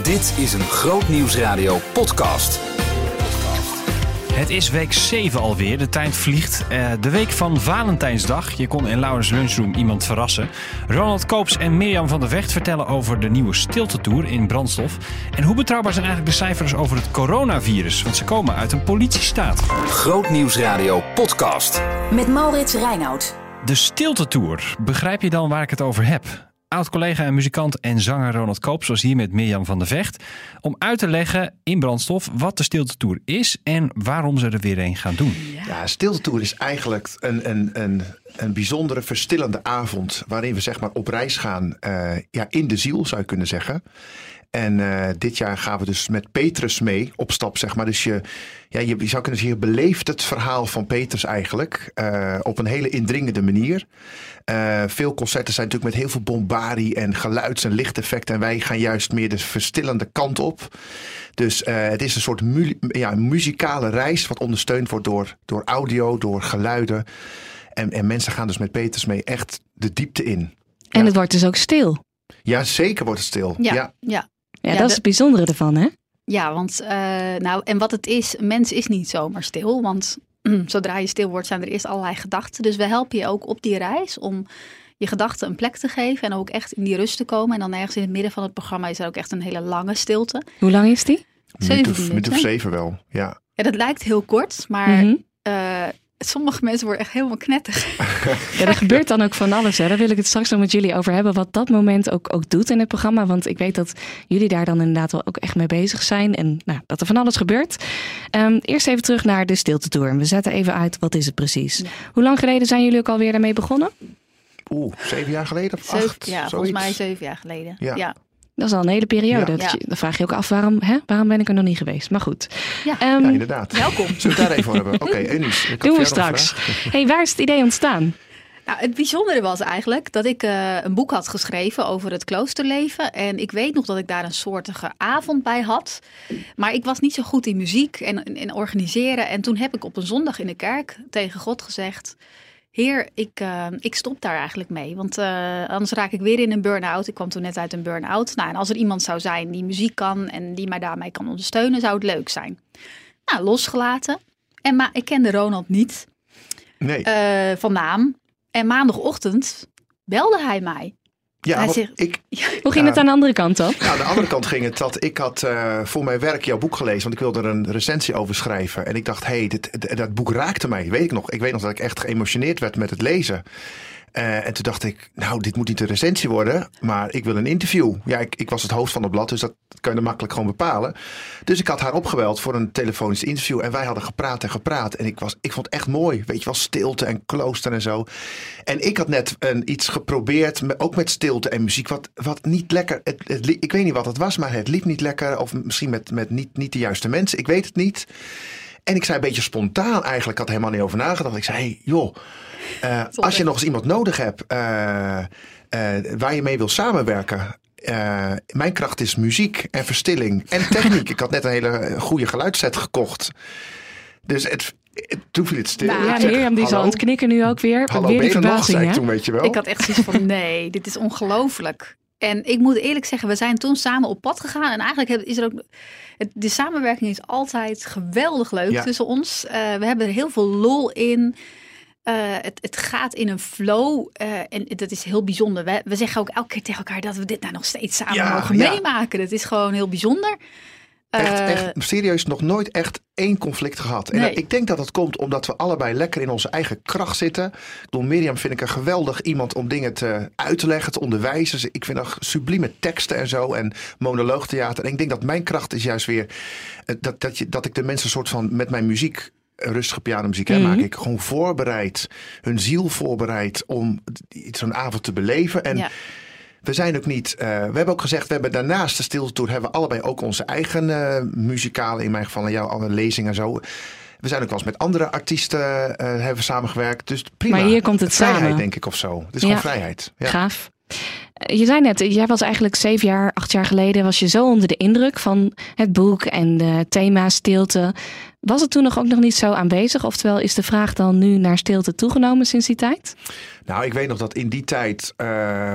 Dit is een Groot Nieuwsradio podcast. Het is week 7 alweer, de tijd vliegt. De week van Valentijnsdag. Je kon in Laurens Lunchroom iemand verrassen. Ronald Koops en Mirjam van der Vecht vertellen over de nieuwe stiltetour in Brandstof. En hoe betrouwbaar zijn eigenlijk de cijfers over het coronavirus? Want ze komen uit een politiestaat. Groot Nieuwsradio podcast. Met Maurits Reinoud. De stiltetour. Begrijp je dan waar ik het over heb? Oud-collega en muzikant en zanger Ronald Koops was hier met Mirjam van der Vecht om uit te leggen in Brandstof wat de stiltetour is en waarom ze er weer een gaan doen. Ja, stiltetour is eigenlijk een bijzondere verstillende avond waarin we zeg maar op reis gaan in de ziel, zou je kunnen zeggen. En dit jaar gaan we dus met Petrus mee op stap, zeg maar. Dus je zou kunnen zeggen, je beleeft het verhaal van Petrus eigenlijk op een hele indringende manier. Veel concerten zijn natuurlijk met heel veel bombardie en geluids- en lichteffecten. En wij gaan juist meer de verstillende kant op. Dus het is een soort muzikale reis wat ondersteund wordt door audio, door geluiden. En mensen gaan dus met Petrus mee echt de diepte in. En het wordt dus ook stil. Ja, zeker wordt het stil. Ja, dat is het bijzondere ervan, hè? Ja, want en wat het is, een mens is niet zomaar stil. Want zodra je stil wordt, zijn er eerst allerlei gedachten. Dus we helpen je ook op die reis om je gedachten een plek te geven. En ook echt in die rust te komen. En dan ergens in het midden van het programma is er ook echt een hele lange stilte. Hoe lang is die? 7 minuten. Minuut of 7 wel, ja. Ja, dat lijkt heel kort, maar sommige mensen worden echt helemaal knetterig. Ja, er gebeurt dan ook van alles. Hè. Daar wil ik het straks nog met jullie over hebben. Wat dat moment ook doet in het programma. Want ik weet dat jullie daar dan inderdaad wel ook echt mee bezig zijn. En dat er van alles gebeurt. Eerst even terug naar de stiltetour. We zetten even uit, wat is het precies? Ja. Hoe lang geleden zijn jullie ook alweer daarmee begonnen? 7 jaar geleden of 8? Ja, volgens mij 7 jaar geleden. Ja. Dat is al een hele periode. Ja. Dan vraag je ook af, waarom ben ik er nog niet geweest? Maar goed. Ja, inderdaad. Welkom. Zullen we het daar even voor hebben? Oké, Eunice. Doen we straks. Hey, waar is het idee ontstaan? Nou, het bijzondere was eigenlijk dat ik een boek had geschreven over het kloosterleven. En ik weet nog dat ik daar een soortige avond bij had. Maar ik was niet zo goed in muziek en organiseren. En toen heb ik op een zondag in de kerk tegen God gezegd: Heer, ik stop daar eigenlijk mee, want anders raak ik weer in een burn-out. Ik kwam toen net uit een burn-out. Nou, en als er iemand zou zijn die muziek kan en die mij daarmee kan ondersteunen, zou het leuk zijn. Nou, losgelaten. En ik kende Ronald niet van naam. En maandagochtend belde hij mij. Ja, hoe ging het aan de andere kant dan? Nou, aan de andere kant ging het dat ik had voor mijn werk jouw boek gelezen. Want ik wilde er een recensie over schrijven. En ik dacht, dat boek raakte mij, weet ik nog. Ik weet nog dat ik echt geëmotioneerd werd met het lezen. En toen dacht ik, dit moet niet een recensie worden, maar ik wil een interview. Ja, ik was het hoofd van het blad, dus dat kan je makkelijk gewoon bepalen. Dus ik had haar opgebeld voor een telefonisch interview en wij hadden gepraat. En ik vond het echt mooi, weet je wel, stilte en klooster en zo. En ik had net iets geprobeerd, ook met stilte en muziek, wat niet lekker, ik weet niet wat het was, maar het liep niet lekker. Of misschien met niet de juiste mensen, ik weet het niet. En ik zei een beetje spontaan eigenlijk, ik had er helemaal niet over nagedacht. Ik zei, hey, joh, als je nog eens iemand nodig hebt waar je mee wil samenwerken. Mijn kracht is muziek en verstilling en techniek. Ik had net een hele goede geluidsset gekocht. Dus toen viel het stil. Ja, Mirjam die zal aan het knikken nu ook weer. Hallo, weer ben de je er nog, verbazing, zei ik toen, weet je wel. Ik had echt zoiets van, nee, dit is ongelooflijk. En ik moet eerlijk zeggen, we zijn toen samen op pad gegaan. En eigenlijk is er ook, de samenwerking is altijd geweldig leuk tussen ons. We hebben er heel veel lol in. Het gaat in een flow en dat is heel bijzonder. We zeggen ook elke keer tegen elkaar dat we dit nog steeds samen mogen meemaken. Dat is gewoon heel bijzonder. Echt serieus nog nooit echt één conflict gehad. En ik denk dat komt omdat we allebei lekker in onze eigen kracht zitten. Door Mirjam vind ik een geweldig iemand om dingen uit te leggen, te onderwijzen. Ik vind haar sublieme teksten en zo en monoloogtheater. En ik denk dat mijn kracht is juist weer dat ik de mensen soort van met mijn muziek, rustige pianomuziek maak ik gewoon voorbereid, hun ziel voorbereid om zo'n avond te beleven. En we zijn ook niet. We hebben ook gezegd, we hebben daarnaast de stiltetour hebben we allebei ook onze eigen muzikale, in mijn geval jouw alle lezingen en zo. We zijn ook wel eens met andere artiesten hebben samengewerkt. Dus prima. Maar hier komt het vrijheid, samen, denk ik, of zo. Het is gewoon vrijheid. Ja. Gaaf. Je zei net, jij was eigenlijk 8 jaar geleden, was je zo onder de indruk van het boek en de thema stilte. Was het toen ook nog niet zo aanwezig? Oftewel, is de vraag dan nu naar stilte toegenomen sinds die tijd? Nou, ik weet nog dat in die tijd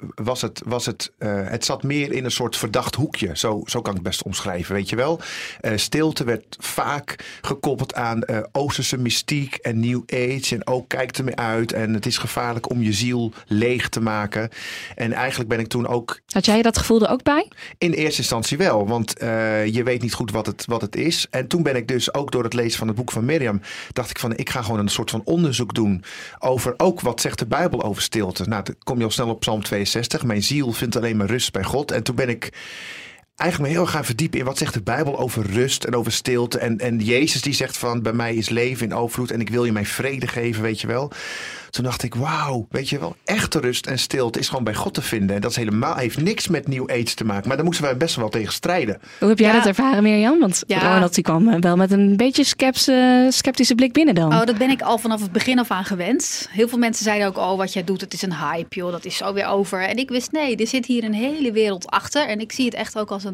het zat meer in een soort verdacht hoekje. Zo kan ik het best omschrijven, weet je wel. Stilte werd vaak gekoppeld aan Oosterse mystiek en New Age. En ook kijkt ermee uit en het is gevaarlijk om je ziel leeg te maken. En eigenlijk ben ik toen ook... Had jij dat gevoel er ook bij? In eerste instantie wel, want je weet niet goed wat het is. En toen ben ik dus ook door het lezen van het boek van Mirjam, dacht ik van, ik ga gewoon een soort van onderzoek doen over ook wat zegt de Bijbel over stilte. Nou, dan kom je al snel op Psalm 62. Mijn ziel vindt alleen maar rust bij God. En toen ben ik eigenlijk me heel erg gaan verdiepen in wat zegt de Bijbel over rust en over stilte. En Jezus die zegt van, bij mij is leven in overvloed en ik wil je mijn vrede geven, weet je wel. Toen dacht ik, wauw, weet je wel, echte rust en stilte is gewoon bij God te vinden. En dat is heeft niks met New Age te maken. Maar daar moesten wij best wel tegen strijden. Hoe heb jij dat ervaren, Mirjam? Want Ronald die kwam wel met een beetje sceptische blik binnen dan. Oh, dat ben ik al vanaf het begin af aan gewend. Heel veel mensen zeiden ook, wat jij doet, het is een hype, joh. Dat is zo weer over. En ik wist, nee, er zit hier een hele wereld achter. En ik zie het echt ook als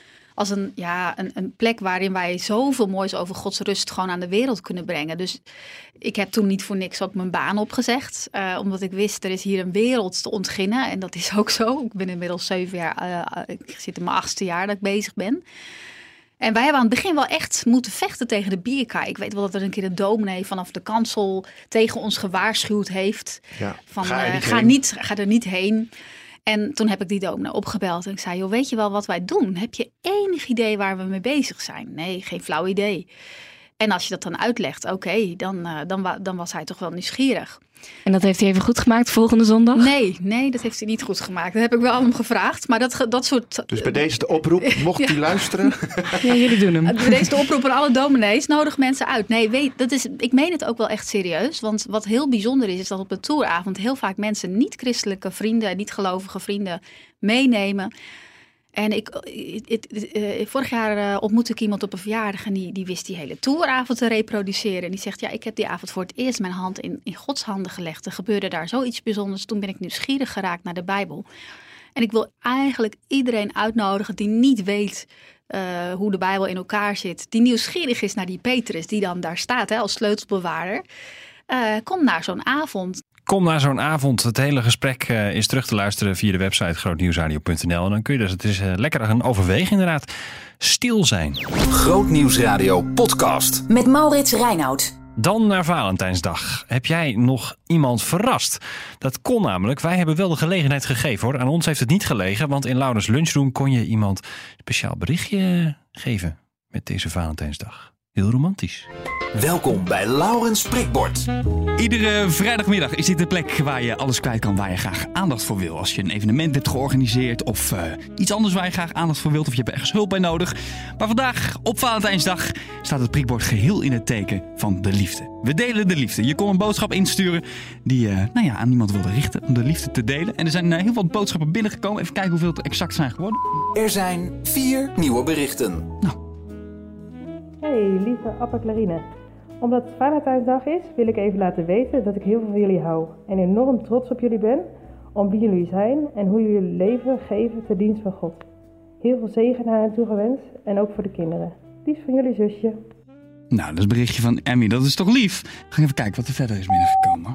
een plek waarin wij zoveel moois over Gods rust gewoon aan de wereld kunnen brengen. Dus ik heb toen niet voor niks ook mijn baan opgezegd. Omdat ik wist, er is hier een wereld te ontginnen. En dat is ook zo. Ik ben inmiddels 7 jaar, ik zit in mijn 8e jaar dat ik bezig ben. En wij hebben aan het begin wel echt moeten vechten tegen de bierkaai. Ik weet wel dat er een keer een dominee vanaf de kansel tegen ons gewaarschuwd heeft. Ja, van ga er niet heen. En toen heb ik die dominee opgebeld en ik zei, joh, weet je wel wat wij doen? Heb je enig idee waar we mee bezig zijn? Nee, geen flauw idee. En als je dat dan uitlegt, oké, dan was hij toch wel nieuwsgierig. En dat heeft hij even goed gemaakt volgende zondag? Nee, dat heeft hij niet goed gemaakt. Dat heb ik wel aan hem gevraagd. Maar dat soort... Dus bij deze de oproep, mocht u luisteren? Ja, jullie doen hem. Bij deze de oproep aan alle dominees, nodig mensen uit. Nee, ik meen het ook wel echt serieus. Want wat heel bijzonder is dat op de touravond heel vaak mensen niet-christelijke vrienden en niet-gelovige vrienden meenemen. En vorig jaar ontmoette ik iemand op een verjaardag en die wist die hele touravond te reproduceren. En die zegt, ik heb die avond voor het eerst mijn hand in Gods handen gelegd. Er gebeurde daar zoiets bijzonders. Toen ben ik nieuwsgierig geraakt naar de Bijbel. En ik wil eigenlijk iedereen uitnodigen die niet weet hoe de Bijbel in elkaar zit. Die nieuwsgierig is naar die Petrus die dan daar staat als sleutelbewaarder. Kom naar zo'n avond. Kom naar zo'n avond. Het hele gesprek is terug te luisteren via de website grootnieuwsradio.nl. En dan kun je het is lekker een overweging inderdaad. Stil zijn. Grootnieuwsradio podcast. Met Maurits Reinoud. Dan naar Valentijnsdag. Heb jij nog iemand verrast? Dat kon namelijk. Wij hebben wel de gelegenheid gegeven hoor. Aan ons heeft het niet gelegen, want in Laurens Lunchroom kon je iemand een speciaal berichtje geven met deze Valentijnsdag. Heel romantisch. Welkom bij Laurens Prikbord. Iedere vrijdagmiddag is dit de plek waar je alles kwijt kan waar je graag aandacht voor wil. Als je een evenement hebt georganiseerd of iets anders waar je graag aandacht voor wilt of je hebt ergens hulp bij nodig. Maar vandaag, op Valentijnsdag, staat het prikbord geheel in het teken van de liefde. We delen de liefde. Je kon een boodschap insturen die aan iemand wilde richten om de liefde te delen. En er zijn heel wat boodschappen binnengekomen. Even kijken hoeveel het exact zijn geworden. Er zijn 4 nieuwe berichten. Hey, lieve Appa Clarine. Omdat het Valentijnsdag is, wil ik even laten weten dat ik heel veel van jullie hou. En enorm trots op jullie ben, om wie jullie zijn en hoe jullie jullie leven geven ter dienst van God. Heel veel zegen naar hen toegewenst en ook voor de kinderen. Liefs van jullie zusje. Nou, dat is een berichtje van Emmy. Dat is toch lief? Ga ik even kijken wat er verder is binnengekomen.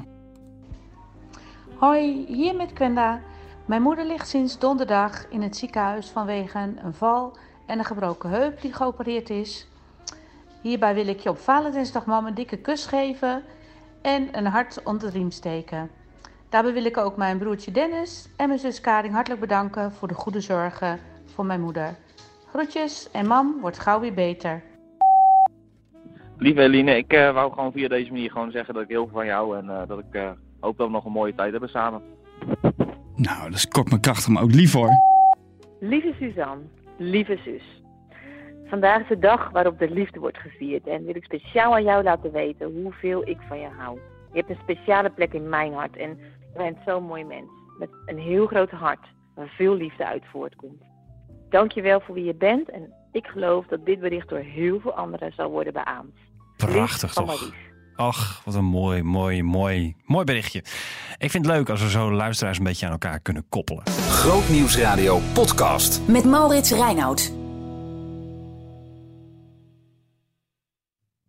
Hoi, hier met Kwenda. Mijn moeder ligt sinds donderdag in het ziekenhuis vanwege een val en een gebroken heup die geopereerd is. Hierbij wil ik je op Valentijnsdag mam een dikke kus geven en een hart onder de riem steken. Daarbij wil ik ook mijn broertje Dennis en mijn zus Karin hartelijk bedanken voor de goede zorgen voor mijn moeder. Groetjes en mam wordt gauw weer beter. Lieve Eline, ik wou gewoon via deze manier gewoon zeggen dat ik heel veel van jou en dat ik hoop dat we nog een mooie tijd hebben samen. Nou, dat is kort maar krachtig, maar ook lief hoor. Lieve Suzanne, lieve zus. Vandaag is de dag waarop de liefde wordt gevierd en wil ik speciaal aan jou laten weten hoeveel ik van je hou. Je hebt een speciale plek in mijn hart en je bent zo'n mooi mens met een heel groot hart waar veel liefde uit voortkomt. Dank je wel voor wie je bent en ik geloof dat dit bericht door heel veel anderen zal worden beaamd. Prachtig toch? Ach, wat een mooi berichtje. Ik vind het leuk als we zo luisteraars een beetje aan elkaar kunnen koppelen. Grootnieuwsradio podcast. Met Maurits Reinoud.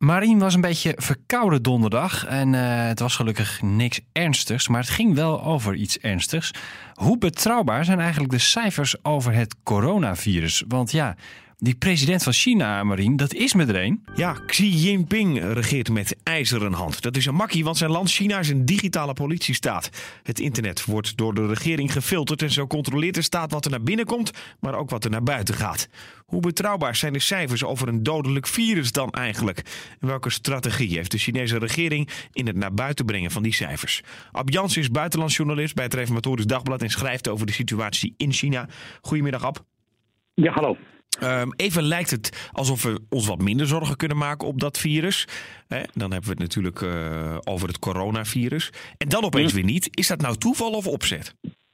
Marien was een beetje verkouden donderdag en het was gelukkig niks ernstigs, maar het ging wel over iets ernstigs. Hoe betrouwbaar zijn eigenlijk de cijfers over het coronavirus? Want ja, die president van China, Marien, dat is met er een. Ja, Xi Jinping regeert met ijzeren hand. Dat is een makkie, want zijn land China is een digitale politiestaat. Het internet wordt door de regering gefilterd en zo controleert de staat wat er naar binnen komt, maar ook wat er naar buiten gaat. Hoe betrouwbaar zijn de cijfers over een dodelijk virus dan eigenlijk? En welke strategie heeft de Chinese regering in het naar buiten brengen van die cijfers? Ab Jans is buitenlandsjournalist bij het Reformatorisch Dagblad en schrijft over de situatie in China. Goedemiddag, Ab. Ja, hallo. Even lijkt het alsof we ons wat minder zorgen kunnen maken op dat virus. Dan hebben we het natuurlijk over het coronavirus. En dan opeens weer niet. Is dat nou toeval of opzet?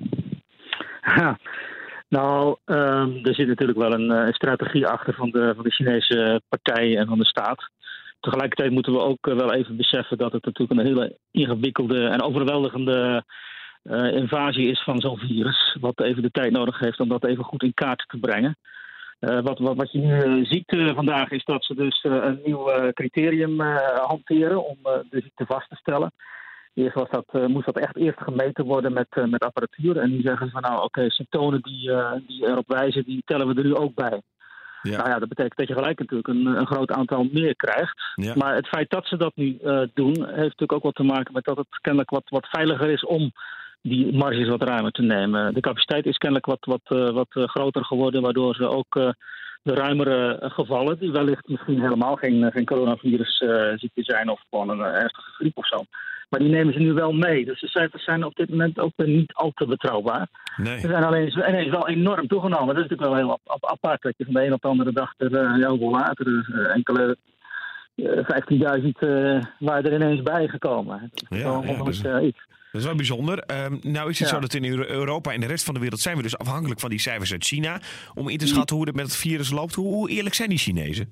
Ja, nou, er zit natuurlijk wel een strategie achter van de Chinese partij en van de staat. Tegelijkertijd moeten we ook wel even beseffen dat het natuurlijk een hele ingewikkelde en overweldigende invasie is van zo'n virus. Wat even de tijd nodig heeft om dat even goed in kaart te brengen. Wat je nu ziet vandaag is dat ze dus een nieuw criterium hanteren om de ziekte vast te stellen. Eerst moest dat echt eerst gemeten worden met apparatuur. En nu zeggen ze van nou oké, symptomen die erop wijzen, die tellen we er nu ook bij. Ja. Nou ja, dat betekent dat je gelijk natuurlijk een groot aantal meer krijgt. Ja. Maar het feit dat ze dat nu doen, heeft natuurlijk ook wat te maken met dat het kennelijk wat veiliger is om die marges wat ruimer te nemen. De capaciteit is kennelijk wat groter geworden, waardoor ze ook de ruimere gevallen, die wellicht misschien helemaal geen coronavirusziekte zijn of gewoon een ernstige griep of zo. Maar die nemen ze nu wel mee. Dus de cijfers zijn op dit moment ook niet al te betrouwbaar. Nee. Ze zijn ineens wel enorm toegenomen. Dat is natuurlijk wel heel apart dat je van de een op de andere dag heel later enkele 15.000 waren er ineens bijgekomen. Dat is wel bijzonder. Nou is het zo dat in Europa en de rest van de wereld zijn we dus afhankelijk van die cijfers uit China om in te schatten hoe het met het virus loopt. Hoe eerlijk zijn die Chinezen?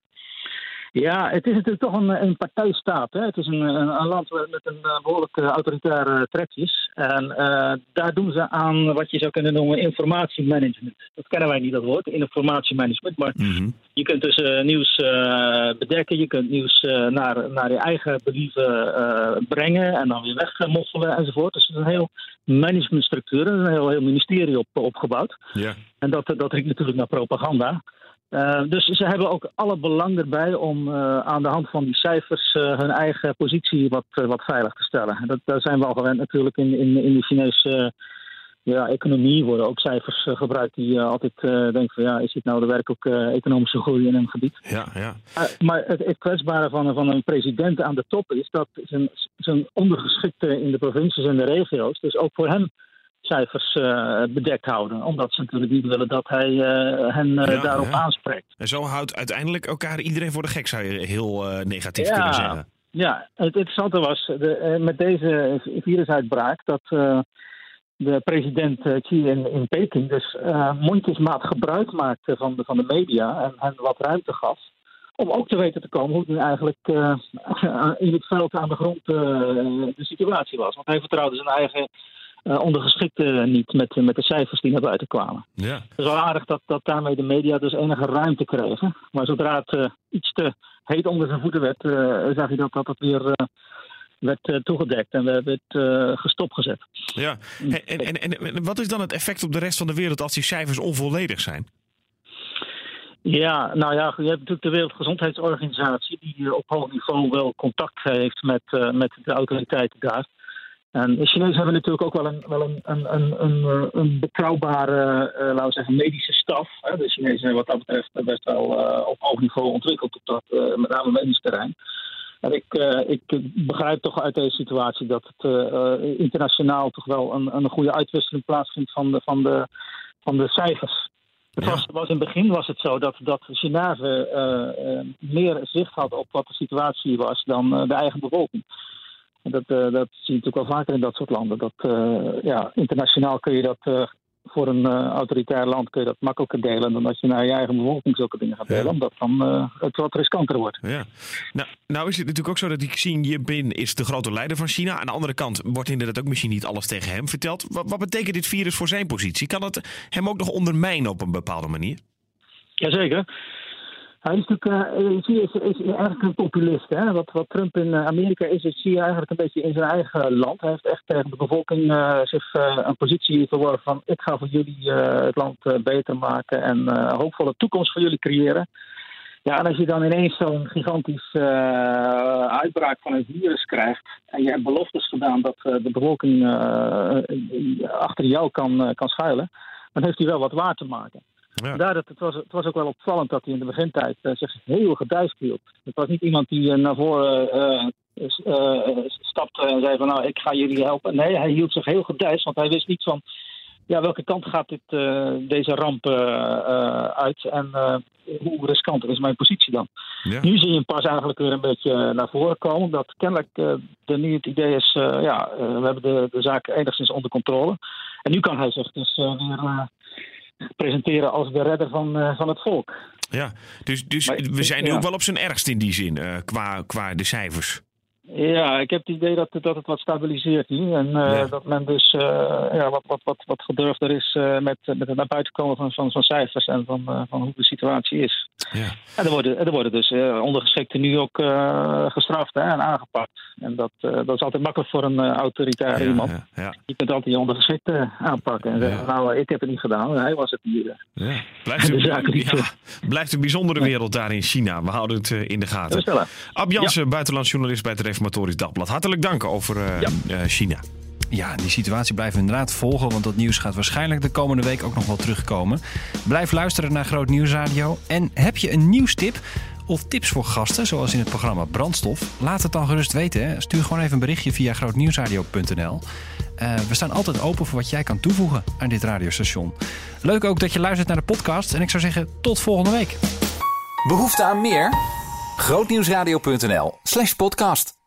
Ja, het is natuurlijk toch een partijstaat. Hè? Het is een land met een behoorlijk autoritaire trekjes. En daar doen ze aan wat je zou kunnen noemen informatiemanagement. Dat kennen wij niet, dat woord, informatiemanagement. Maar je kunt dus nieuws bedekken, je kunt nieuws naar je eigen believen brengen en dan weer wegmoffelen enzovoort. Dus het is een heel managementstructuur, er is een heel ministerie opgebouwd. Ja. En dat riekt natuurlijk naar propaganda. Dus ze hebben ook alle belang erbij om aan de hand van die cijfers hun eigen positie wat veilig te stellen. Daar zijn we al gewend natuurlijk in de Chinese economie worden ook cijfers gebruikt die altijd denken van ja, is dit nou de werkelijke economische groei in een gebied? Ja. Maar het kwetsbare van een president aan de top is dat zijn ondergeschikte in de provincies en de regio's, dus ook voor hem cijfers bedekt houden. Omdat ze natuurlijk niet willen dat hij hen daarop aanspreekt. En zo houdt uiteindelijk elkaar iedereen voor de gek, zou je heel negatief kunnen zeggen. Ja, het interessante was met deze virusuitbraak dat de president Xi in Peking dus mondjesmaat gebruik maakte van de media en hen wat ruimte gaf. Om ook te weten te komen hoe het nu eigenlijk in het veld aan de grond de situatie was. Want hij vertrouwde zijn eigen ondergeschikte niet met de cijfers die naar buiten kwamen. Ja. Het is wel aardig dat daarmee de media dus enige ruimte kregen. Maar zodra het iets te heet onder zijn voeten werd, zag je dat het weer werd toegedekt en werd gestopgezet. Ja, en wat is dan het effect op de rest van de wereld als die cijfers onvolledig zijn? Ja, nou ja, je hebt natuurlijk de Wereldgezondheidsorganisatie die op hoog niveau wel contact heeft met de autoriteiten daar. En de Chinezen hebben natuurlijk ook wel een betrouwbare, laten we zeggen, medische staf. De Chinezen zijn wat dat betreft best wel op hoog niveau ontwikkeld op dat, met name medisch terrein. En ik begrijp toch uit deze situatie dat het internationaal toch wel een goede uitwisseling plaatsvindt van de cijfers. In het begin was het zo dat de Chinezen meer zicht hadden op wat de situatie was dan de eigen bevolking. Dat zie je natuurlijk wel vaker in dat soort landen. Internationaal kun je dat voor een autoritair land kun je dat makkelijker delen dan dat je naar je eigen bevolking zulke dingen gaat delen. Omdat dan het wat riskanter wordt. Ja. Nou is het natuurlijk ook zo dat die Xi Jinping is de grote leider van China. Aan de andere kant wordt inderdaad ook misschien niet alles tegen hem verteld. Wat betekent dit virus voor zijn positie? Kan het hem ook nog ondermijnen op een bepaalde manier? Jazeker. Hij is natuurlijk is eigenlijk een populist. Hè? Wat Trump in Amerika is, zie je eigenlijk een beetje in zijn eigen land. Hij heeft echt tegen de bevolking zich een positie verworven van ik ga voor jullie het land beter maken en een hoopvolle toekomst voor jullie creëren. Ja, en als je dan ineens zo'n gigantisch uitbraak van een virus krijgt en je hebt beloftes gedaan dat de bevolking achter jou kan schuilen, dan heeft hij wel wat waar te maken. Ja. Het was ook wel opvallend dat hij in de begintijd zich heel gedijst hield. Het was niet iemand die naar voren stapte en zei van nou, ik ga jullie helpen. Nee, hij hield zich heel gedijst, want hij wist niet van welke kant gaat deze ramp uit en hoe riskant is mijn positie dan. Ja. Nu zie je hem pas eigenlijk weer een beetje naar voren komen, omdat kennelijk nu het idee is, we hebben de zaak enigszins onder controle. En nu kan hij zich dus weer presenteren als de redder van het volk. Ja, dus we zijn nu ook wel op zijn ergst in die zin, qua de cijfers. Ja, ik heb het idee dat het wat stabiliseert nu. En dat men dus wat gedurfder is met het naar buiten komen van cijfers en van hoe de situatie is. Ja. En er worden dus ondergeschikten nu ook gestraft en aangepakt. En dat is altijd makkelijk voor een autoritair iemand. Ja. Je kunt altijd je ondergeschikte aanpakken en zeggen, nou, ik heb het niet gedaan, hij was het niet. Ja. Blijft een bijzondere wereld daar in China. We houden het in de gaten. Ab Jansen, buitenlands journalist bij het Reformatorisch Dagblad. Hartelijk dank over China. Ja, die situatie blijven we inderdaad volgen, want dat nieuws gaat waarschijnlijk de komende week ook nog wel terugkomen. Blijf luisteren naar Groot Nieuwsradio. En heb je een nieuwstip of tips voor gasten, zoals in het programma Brandstof? Laat het dan gerust weten. Hè? Stuur gewoon even een berichtje via grootnieuwsradio.nl. We staan altijd open voor wat jij kan toevoegen aan dit radiostation. Leuk ook dat je luistert naar de podcast. En ik zou zeggen, tot volgende week. Behoefte aan meer? Grootnieuwsradio.nl/podcast